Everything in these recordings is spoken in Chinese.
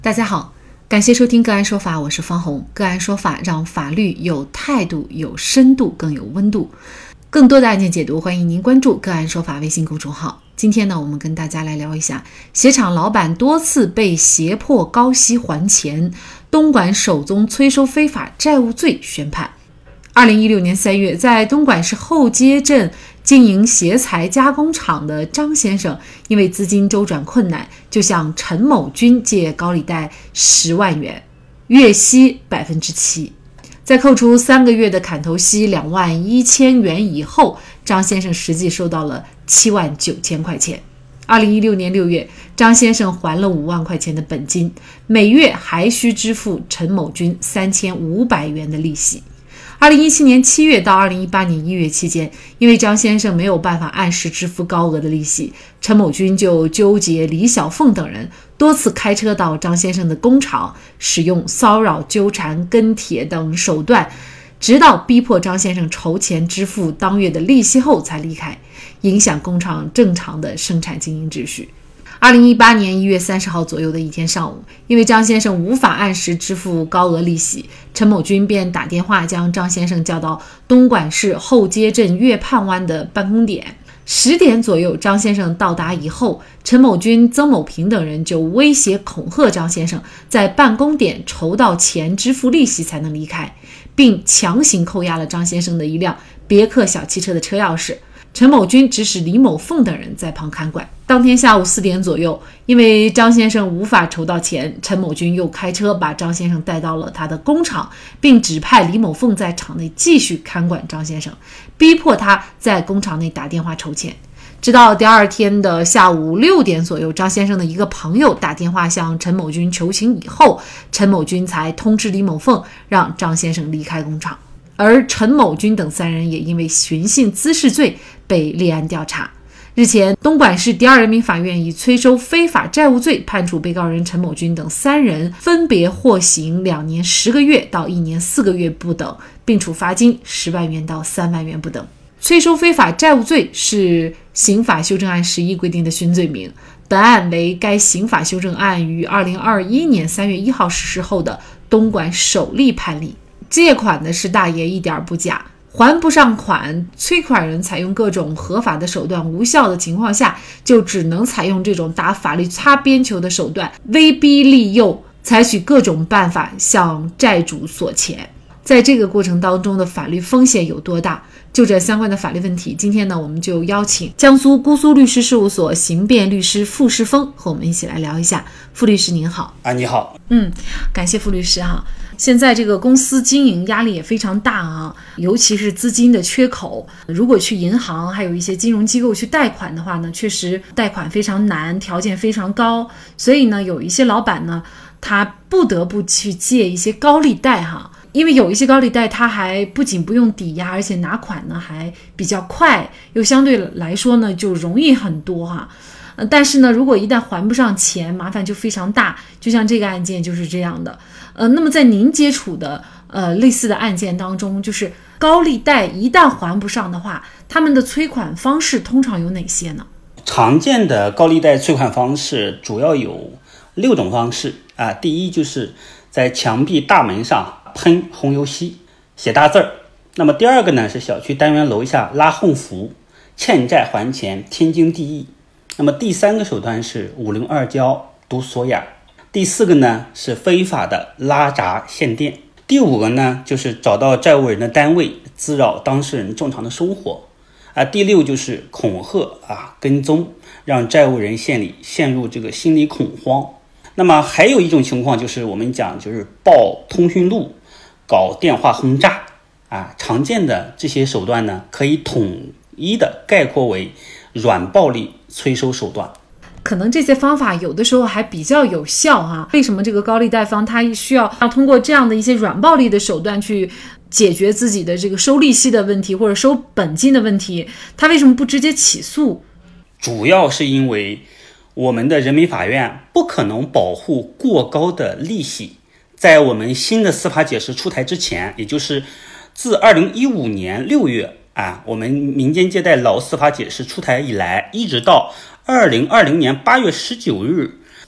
大家好，感谢收听个案说法，我是方红。个案说法让法律有态度、有深度、更有温度。更多的案件解读，欢迎您关注个案说法微信公众号。今天呢，我们跟大家来聊一下鞋厂老板多次被胁迫高息还钱，东莞首宗催收非法债务罪宣判。2016年3月，在东莞市后街镇经营鞋材加工厂的张先生，因为资金周转困难，就向陈某军借高利贷10万元，月息7%。在扣除3个月的砍头息2万1千元以后，张先生实际收到了7万9千块钱。2016年6月，张先生还了5万块钱的本金，每月还需支付陈某军3500元的利息。2017年7月到2018年1月期间，因为张先生没有办法按时支付高额的利息，陈某军就纠结李小凤等人多次开车到张先生的工厂，使用骚扰、纠缠、跟帖等手段，直到逼迫张先生筹钱支付当月的利息后才离开，影响工厂正常的生产经营秩序。2018年1月30号左右的一天上午，因为张先生无法按时支付高额利息，陈某军便打电话将张先生叫到东莞市后街镇月畔湾的办公点。10点左右，张先生到达以后，陈某军、曾某平等人就威胁恐吓张先生，在办公点筹到钱支付利息才能离开，并强行扣押了张先生的一辆别克小汽车的车钥匙。陈某军指使李某凤等人在旁看管。当天下午4点左右，因为张先生无法筹到钱，陈某军又开车把张先生带到了他的工厂，并指派李某凤在厂内继续看管张先生，逼迫他在工厂内打电话筹钱。直到第二天的下午6点左右，张先生的一个朋友打电话向陈某军求情以后，陈某军才通知李某凤让张先生离开工厂。而陈某军等3人也因为寻衅滋事罪被立案调查。日前，东莞市第2人民法院以催收非法债务罪判处被告人陈某军等3人分别获刑2年10个月到1年4个月不等，并处罚金10万元到3万元不等。催收非法债务罪是刑法修正案11规定的新罪名，本案为该刑法修正案于2021年3月1号实施后的东莞首例判例。借款的是大爷一点不假，还不上款，催款人采用各种合法的手段无效的情况下，就只能采用这种打法律擦边球的手段，威逼利诱，采取各种办法向债主索钱。在这个过程当中的法律风险有多大？就这相关的法律问题，今天呢，我们就邀请江苏姑苏律师事务所刑辩律师傅世峰和我们一起来聊一下。傅律师您好。 你好。 感谢傅律师哈。现在这个公司经营压力也非常大啊，尤其是资金的缺口。如果去银行还有一些金融机构去贷款的话呢，确实贷款非常难，条件非常高，所以呢，有一些老板呢，他不得不去借一些高利贷哈。因为有一些高利贷它还不仅不用抵押，而且拿款呢还比较快，又相对来说呢就容易很多哈。但是呢，如果一旦还不上钱，麻烦就非常大，就像这个案件就是这样的。那么在您接触的类似的案件当中，就是高利贷一旦还不上的话，他们的催款方式通常有哪些呢？ 常见的高利贷催款方式主要有6种方式啊。第一就是在墙壁大门上喷红油漆写大字儿。那么第二个呢是小区单元楼下拉横幅，欠债还钱天经地义。那么第3个手段是502交读锁眼。第4个呢是非法的拉闸限电。第5个呢就是找到债务人的单位，滋扰当事人正常的生活第6就是恐吓跟踪，让债务人陷入这个心理恐慌。那么还有一种情况就是我们讲就是报通讯录，搞电话轰炸常见的这些手段呢，可以统一的概括为软暴力催收手段。 可能这些方法有的时候还比较有效哈。为什么这个高利贷方他需要通过这样的一些软暴力的手段去解决自己的这个收利息的问题或者收本金的问题？他为什么不直接起诉？ 主要是因为我们的人民法院不可能保护过高的利息。在我们新的司法解释出台之前，也就是自2015年6月我们民间借贷老司法解释出台以来，一直到2020年8月19日，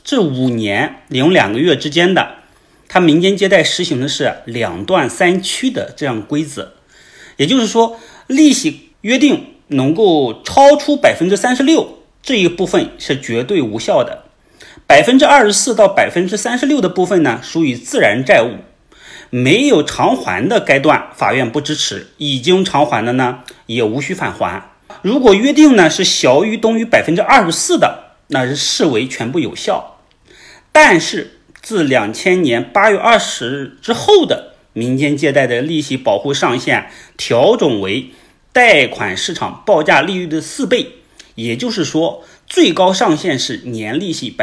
这5年零2个月之间的，它民间借贷实行的是2段3区的这样规则，也就是说，利息约定能够超出 36%， 这一部分是绝对无效的。24%到 36% 的部分呢，属于自然债务，没有偿还的该段法院不支持，已经偿还的呢也无需返还。如果约定呢是小于等于 24% 的，那是视为全部有效。但是自2000年8月20日之后的民间借贷的利息保护上限调整为贷款市场报价利率的4倍，也就是说最高上限是年利息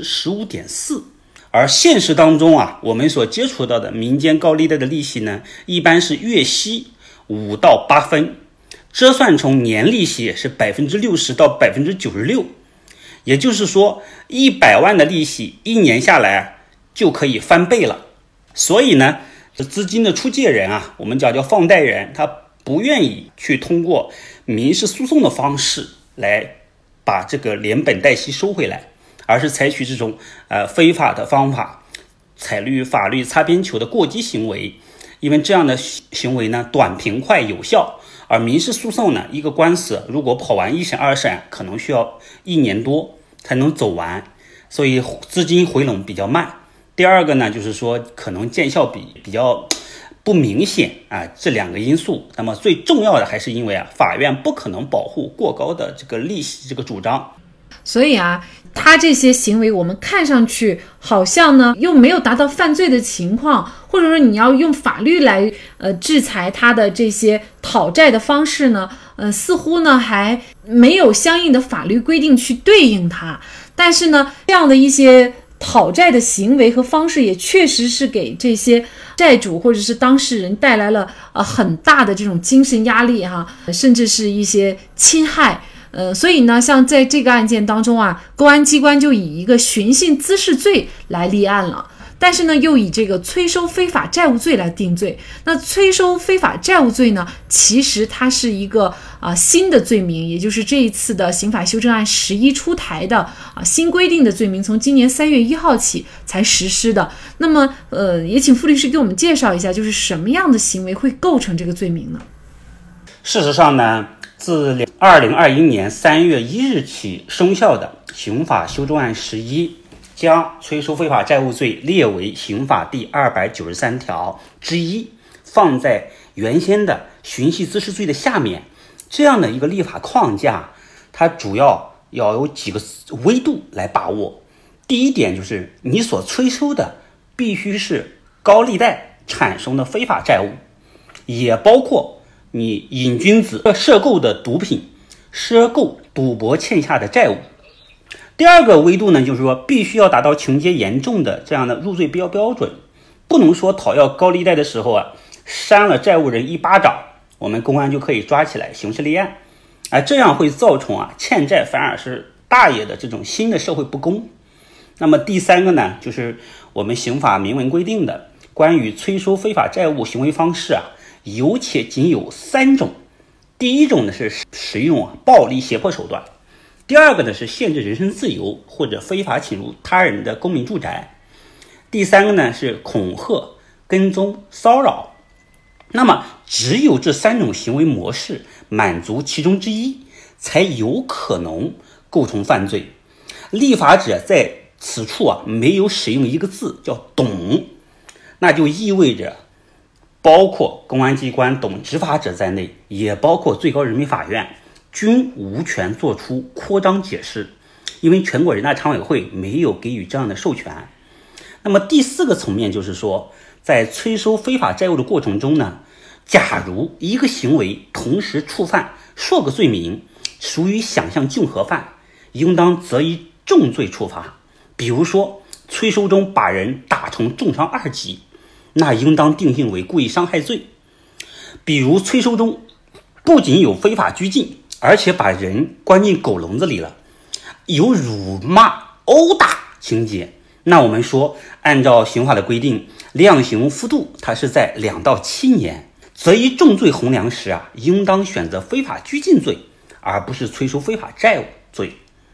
15.4%。而现实当中啊，我们所接触到的民间高利贷的利息呢，一般是月息5到8分，折算成年利息也是 60% 到 96%。也就是说100万的利息1年下来就可以翻倍了。所以呢，资金的出借人啊，我们叫放贷人，他不愿意去通过民事诉讼的方式来把这个连本带息收回来，而是采取这种非法的方法，采取法律擦边球的过激行为。因为这样的行为呢，短平快有效，而民事诉讼呢，一个官司如果跑完1审2审，可能需要1年多才能走完，所以资金回笼比较慢。第二个呢，就是说可能见效比较不明显啊，这2个因素。那么最重要的还是因为法院不可能保护过高的这个利息这个主张。 所以他这些行为我们看上去好像呢又没有达到犯罪的情况，或者说你要用法律来制裁他的这些讨债的方式呢，似乎呢还没有相应的法律规定去对应它。但是呢，这样的一些讨债的行为和方式也确实是给这些债主或者是当事人带来了很大的这种精神压力甚至是一些侵害。所以呢，像在这个案件当中公安机关就以一个寻衅滋事罪来立案了，但是呢，又以这个催收非法债务罪来定罪。那催收非法债务罪呢，其实它是一个新的罪名，也就是这一次的刑法修正案11出台的新规定的罪名，从今年3月1号起才实施的。那么也请傅律师给我们介绍一下，就是什么样的行为会构成这个罪名呢？ 事实上呢，自2021年3月1日起生效的刑法修正案11将催收非法债务罪列为刑法第293条之一，放在原先的寻衅滋事罪的下面。这样的一个立法框架，它主要要有几个维度来把握。第一点就是你所催收的必须是高利贷产生的非法债务，也包括你瘾君子涉购的毒品、涉购赌博欠下的债务。第二个维度呢，就是说必须要达到情节严重的这样的入罪标准，不能说讨要高利贷的时候扇了债务人一巴掌，我们公安就可以抓起来刑事立案，这样会造成欠债反而是大爷的这种新的社会不公。那么第三个呢，就是我们刑法明文规定的关于催收非法债务行为方式有且仅有3种。第一种呢是使用暴力胁迫手段，第二个呢是限制人身自由或者非法侵入他人的公民住宅，第三个呢是恐吓、跟踪、骚扰。那么只有这3种行为模式满足其中之一，才有可能构成犯罪。立法者在此处没有使用一个字叫懂，那就意味着包括公安机关等执法者在内，也包括最高人民法院，均无权作出扩张解释，因为全国人大常委会没有给予这样的授权。那么第4个层面就是说，在催收非法债务的过程中呢，假如一个行为同时触犯数个罪名，属于想象竞合犯，应当择一重罪处罚。比如说催收中把人打成重伤2级，那应当定性为故意伤害罪。比如催收中不仅有非法拘禁，而且把人关进狗笼子里了，有辱骂、殴打情节，那我们说按照刑法的规定，量刑幅度它是在2到7年。择一重罪衡量时应当选择非法拘禁罪，而不是催收非法债务罪。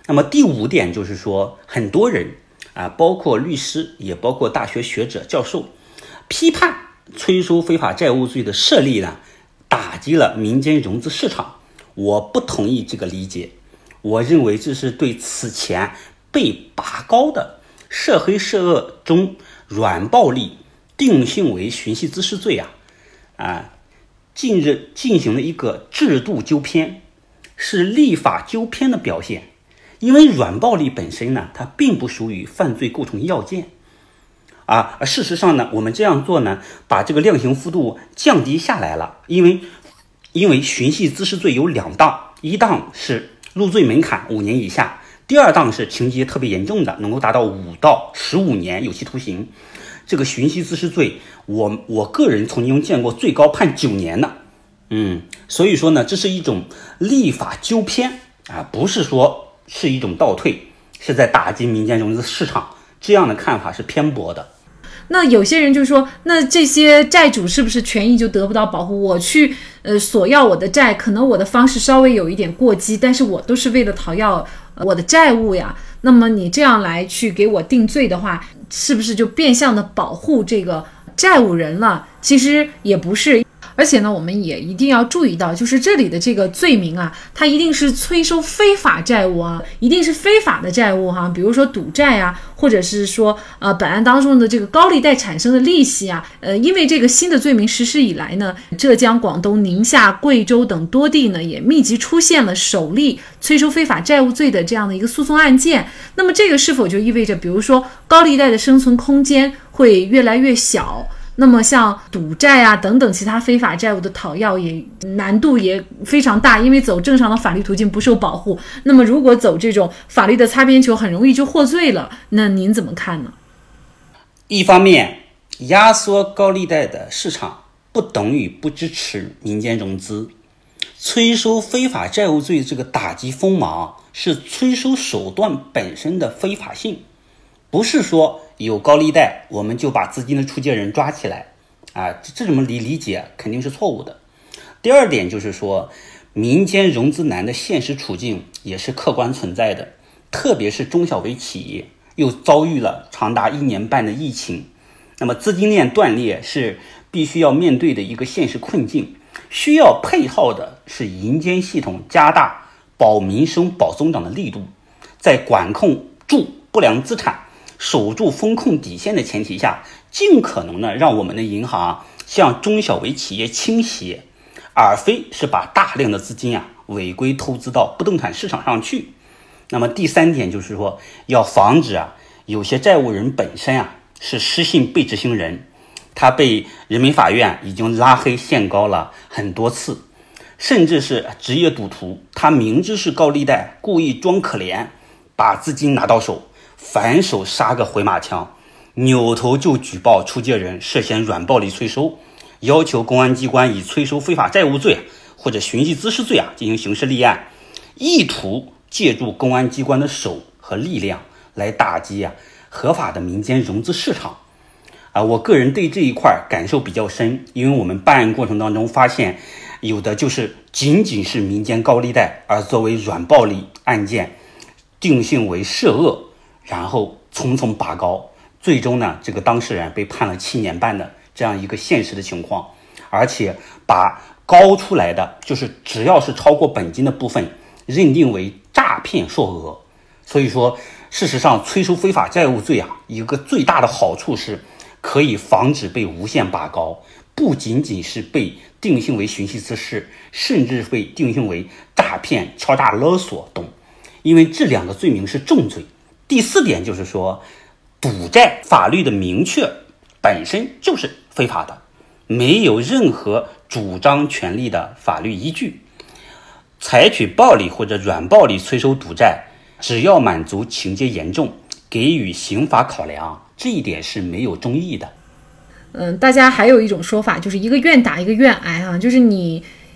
那么第5点就是说，很多人包括律师，也包括大学学者、教授，批判催收非法债务罪的设立呢，打击了民间融资市场。我不同意这个理解，我认为这是对此前被拔高的涉黑涉恶中软暴力定性为寻衅滋事罪近日进行了一个制度纠偏，是立法纠偏的表现。因为软暴力本身呢，它并不属于犯罪构成要件事实上呢，我们这样做呢，把这个量刑幅度降低下来了。因为寻衅滋事罪有2档，一档是入罪门槛5年以下，第2档是情节特别严重的，能够达到5到15年有期徒刑。这个寻衅滋事罪，我个人曾经见过最高判9年的。所以说呢，这是一种立法纠偏不是说是一种倒退，是在打击民间融资市场，这样的看法是偏颇的。 那有些人就说，那这些债主是不是权益就得不到保护？我去索要我的债，可能我的方式稍微有一点过激，但是我都是为了讨要我的债务呀。那么你这样来去给我定罪的话，是不是就变相的保护这个债务人了？其实也不是。而且呢，我们也一定要注意到，就是这里的这个罪名它一定是催收非法债务一定是非法的债务比如说赌债或者是说本案当中的这个高利贷产生的利息因为这个新的罪名实施以来呢，浙江、广东、宁夏、贵州等多地呢也密集出现了首例催收非法债务罪的这样的一个诉讼案件。那么这个是否就意味着，比如说高利贷的生存空间会越来越小？那么像赌债等等其他非法债务的讨要也难度也非常大，因为走正常的法律途径不受保护。那么如果走这种法律的擦边球，很容易就获罪了。那您怎么看呢？ 一方面，压缩高利贷的市场不等于不支持民间融资。催收非法债务罪这个打击锋芒是催收手段本身的非法性，不是说有高利贷我们就把资金的出借人抓起来这种理解肯定是错误的。第2点就是说，民间融资难的现实处境也是客观存在的，特别是中小微企业又遭遇了长达1年半的疫情，那么资金链断裂是必须要面对的一个现实困境，需要配套的是银监系统加大保民生保增长的力度，在管控住不良资产、守住风控底线的前提下，尽可能的让我们的银行向中小微企业倾斜，而非是把大量的资金违规投资到不动产市场上去。那么第3点就是说，要防止有些债务人本身是失信被执行人，他被人民法院已经拉黑限高了很多次，甚至是职业赌徒，他明知是高利贷，故意装可怜，把资金拿到手，反手杀个回马枪，扭头就举报出借人涉嫌软暴力催收，要求公安机关以催收非法债务罪或者寻衅滋事罪进行刑事立案，意图借助公安机关的手和力量来打击合法的民间融资市场我个人对这一块感受比较深，因为我们办案过程当中发现，有的就是仅仅是民间高利贷，而作为软暴力案件定性为涉恶，然后层层拔高，最终呢，这个当事人被判了7年半的这样一个现实的情况，而且把高出来的就是只要是超过本金的部分认定为诈骗数额。所以说事实上催收非法债务罪一个最大的好处是可以防止被无限拔高，不仅仅是被定性为寻衅滋事，甚至被定性为诈骗、敲诈勒索等，因为这2个罪名是重罪。第4点就是说，赌债法律的明确本身就是非法的，没有任何主张权利的法律依据。采取暴力或者软暴力催收赌债，只要满足情节严重，给予刑法考量，这一点是没有争议的。 大家还有一种说法，就是一个愿打一个愿挨就是你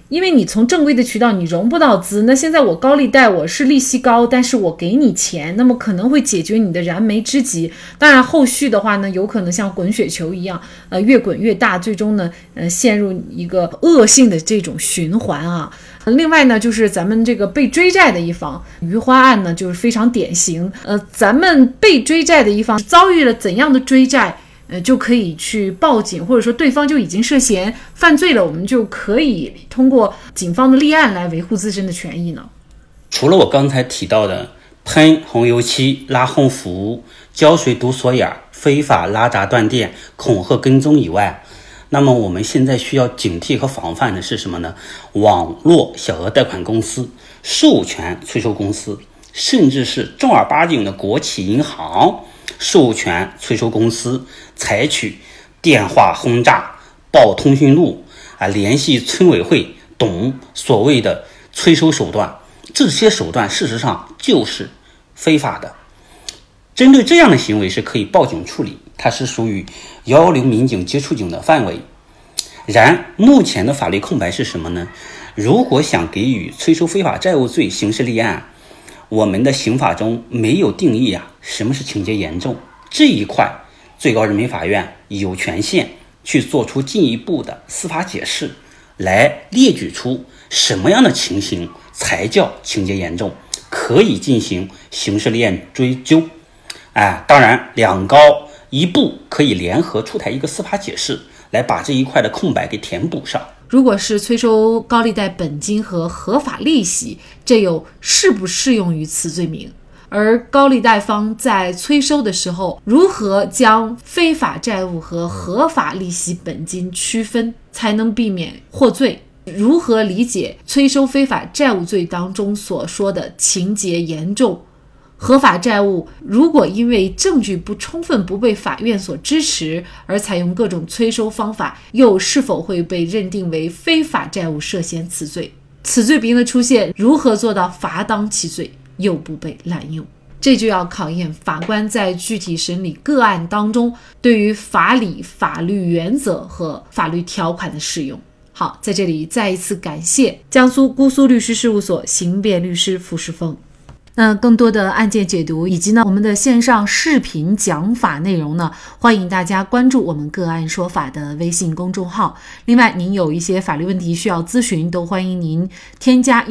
因为你从正规的渠道你融不到资，那现在我高利贷我是利息高，但是我给你钱，那么可能会解决你的燃眉之急。当然后续的话呢，有可能像滚雪球一样，越滚越大，最终呢，陷入一个恶性的这种循环啊。另外呢，就是咱们这个被追债的一方，余花案呢就是非常典型。咱们被追债的一方遭遇了怎样的追债？就可以去报警，或者说对方就已经涉嫌犯罪了，我们就可以通过警方的立案来维护自身的权益呢？ 除了我刚才提到的喷红油漆、拉横幅、浇水堵锁眼、非法拉闸断电、恐吓跟踪以外，那么我们现在需要警惕和防范的是什么呢？网络小额贷款公司、授权催收公司，甚至是正儿八经的国企银行授权催收公司采取电话轰炸、报通讯录联系村委会等所谓的催收手段，这些手段事实上就是非法的。针对这样的行为是可以报警处理，它是属于110民警接触警的范围。然目前的法律空白是什么呢？如果想给予催收非法债务罪刑事立案，我们的刑法中没有定义什么是情节严重，这一块最高人民法院有权限去做出进一步的司法解释，来列举出什么样的情形才叫情节严重，可以进行刑事立案追究。当然两高一部可以联合出台一个司法解释，来把这一块的空白给填补上。 如果是催收高利贷本金和合法利息，这又适不适用于此罪名？而高利贷方在催收的时候，如何将非法债务和合法利息本金区分，才能避免获罪？如何理解催收非法债务罪当中所说的情节严重？合法债务如果因为证据不充分不被法院所支持而采用各种催收方法，又是否会被认定为非法债务涉嫌此罪？此罪名的出现，如何做到罚当其罪又不被滥用？这就要考验法官在具体审理个案当中对于法理、法律原则和法律条款的适用。好，在这里再一次感谢江苏姑苏律师事务所刑辩律师傅世峰。那更多的案件解读以及呢我们的线上视频讲法内容呢，欢迎大家关注我们个案说法的微信公众号。另外您有一些法律问题需要咨询，都欢迎您添加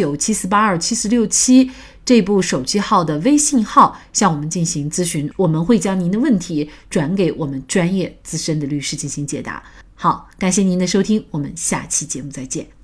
15974827467这部手机号的微信号向我们进行咨询，我们会将您的问题转给我们专业资深的律师进行解答。好，感谢您的收听，我们下期节目再见。